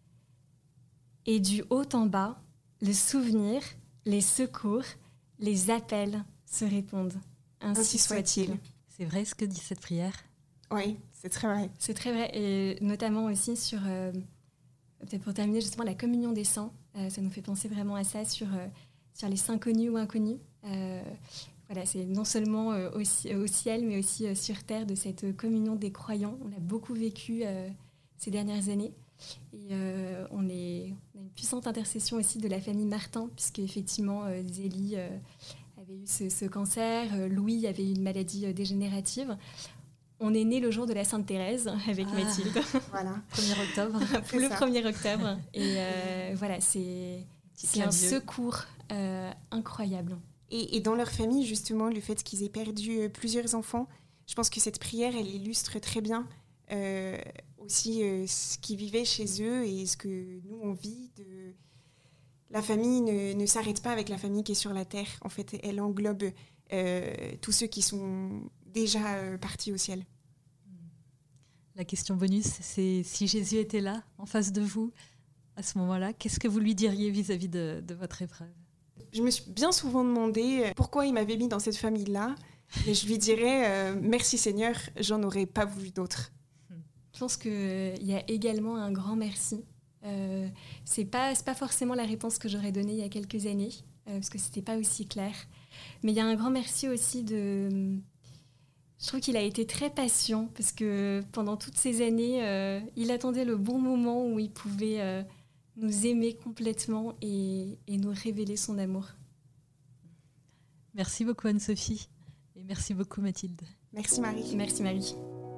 Et du haut en bas, le souvenir, les secours, les appels se répondent. Ainsi soit-il. C'est vrai ce que dit cette prière ? Oui, c'est très vrai. C'est très vrai, et notamment aussi sur, peut-être pour terminer justement, la communion des saints. Ça nous fait penser vraiment à ça, sur les saints connus ou inconnus. Voilà, c'est non seulement au ciel, mais aussi sur terre, de cette communion des croyants. On l'a beaucoup vécu ces dernières années. Et on a une puissante intercession aussi de la famille Martin, puisque effectivement Zélie avait eu ce cancer, Louis avait eu une maladie dégénérative. On est né le jour de la Sainte Thérèse avec Mathilde. Voilà. 1er octobre. Le 1er octobre. Et voilà, c'est un secours incroyable. Et dans leur famille, justement, le fait qu'ils aient perdu plusieurs enfants, je pense que cette prière, elle illustre très bien aussi ce qu'ils vivaient chez eux et ce que nous, on vit. La famille ne s'arrête pas avec la famille qui est sur la terre. En fait, elle englobe tous ceux qui sont déjà partis au ciel. La question bonus, c'est si Jésus était là, en face de vous, à ce moment-là, qu'est-ce que vous lui diriez vis-à-vis de votre épreuve ? Je me suis bien souvent demandé pourquoi il m'avait mis dans cette famille-là. Et je lui dirais merci Seigneur, j'en aurais pas voulu d'autres. Je pense qu'il y a également un grand merci. C'est pas forcément la réponse que j'aurais donnée il y a quelques années, parce que c'était pas aussi clair. Mais il y a un grand merci aussi Je trouve qu'il a été très patient, parce que pendant toutes ces années, il attendait le bon moment où il pouvait nous aimer complètement et nous révéler son amour. Merci beaucoup Anne-Sophie et merci beaucoup Mathilde. Merci Marie. Merci Marie.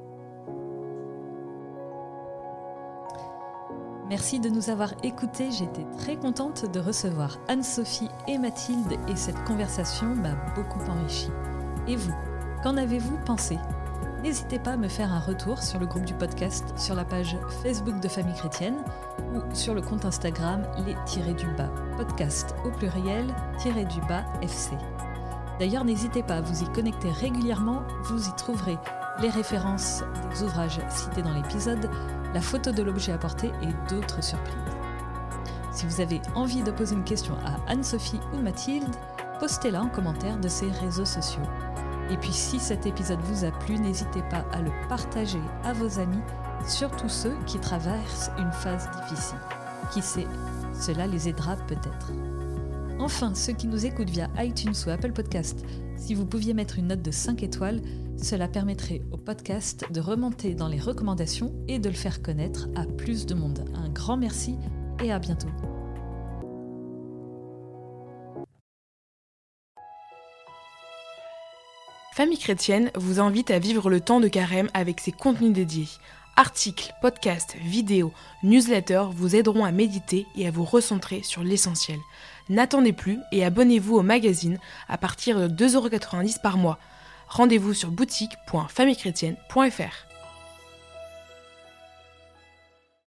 Merci de nous avoir écoutés. J'étais très contente de recevoir Anne-Sophie et Mathilde et cette conversation m'a beaucoup enrichie. Et vous, qu'en avez-vous pensé ? N'hésitez pas à me faire un retour sur le groupe du podcast, sur la page Facebook de Famille Chrétienne ou sur le compte Instagram les-podcast au pluriel _FC. D'ailleurs, n'hésitez pas à vous y connecter régulièrement, vous y trouverez les références des ouvrages cités dans l'épisode, la photo de l'objet apporté et d'autres surprises. Si vous avez envie de poser une question à Anne-Sophie ou Mathilde, postez-la en commentaire de ces réseaux sociaux. Et puis si cet épisode vous a plu, n'hésitez pas à le partager à vos amis, surtout ceux qui traversent une phase difficile. Qui sait, cela les aidera peut-être. Enfin, ceux qui nous écoutent via iTunes ou Apple Podcast, si vous pouviez mettre une note de 5 étoiles, cela permettrait au podcast de remonter dans les recommandations et de le faire connaître à plus de monde. Un grand merci et à bientôt. Famille Chrétienne vous invite à vivre le temps de carême avec ses contenus dédiés. Articles, podcasts, vidéos, newsletters vous aideront à méditer et à vous recentrer sur l'essentiel. N'attendez plus et abonnez-vous au magazine à partir de 2,90 € par mois. Rendez-vous sur boutique.famillechrétienne.fr.